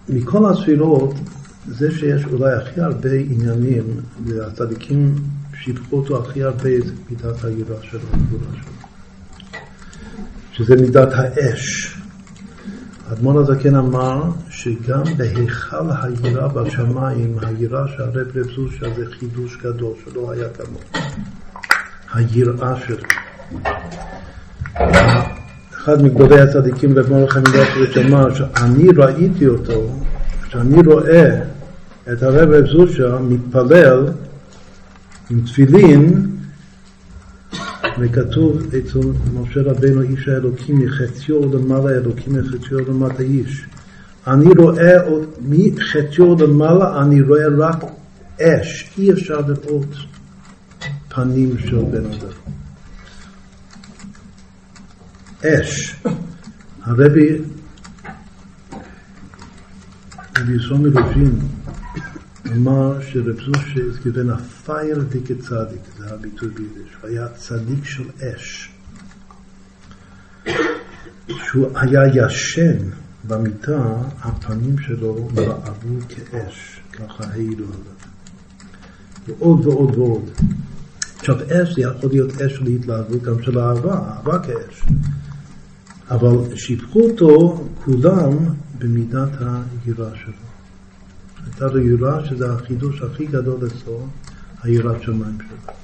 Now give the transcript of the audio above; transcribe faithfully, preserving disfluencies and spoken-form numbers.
מכל הספירות, זה שיש אולי הכי הרבה עניינים, והצדיקים שיבחו אותו הכי הרבה, זה מידת היראה שלו, הגבורה שלו. שזה מידת האש. האדמו"ר הזקן אמר שגם בהיכל היראה בשמיים, היראה שהרב רב זושה זה חידוש גדול שלא היה כמוהו. היראה שלו. אחד מגדולי הצדיקים רב מרדכי מלובביץ' אמר שאני ראיתי אותו, שאני רואה את הרב רב זושה מתפלל עם תפילין, וכתוב אצל משה רבנו איש האלוקים מחציו למעלה אלוקים מחציו למטה איש. אני רואה מחציו למעלה, אני רואה רק אש, אי אפשר לראות פנים של בן אדם. אש. הרבי רבי ישון מלובז'ין אמר שרב זושה התכוון הפייר דיקה צדיק, זה הביטוי ביידיש, היה צדיק של אש, שהוא היה ישן במיטה, הפנים שלו רעבו כאש, ככה העידו עליו, ועוד ועוד ועוד. עכשיו אש זה יכול להיות אש של התלהבות, גם של אהבה, אהבה כאש, אבל שיבחו אותו כולם במידת היראה שלו. הייתה לו יראה שזה החידוש הכי גדול אצלו, היראת שמיים שלו.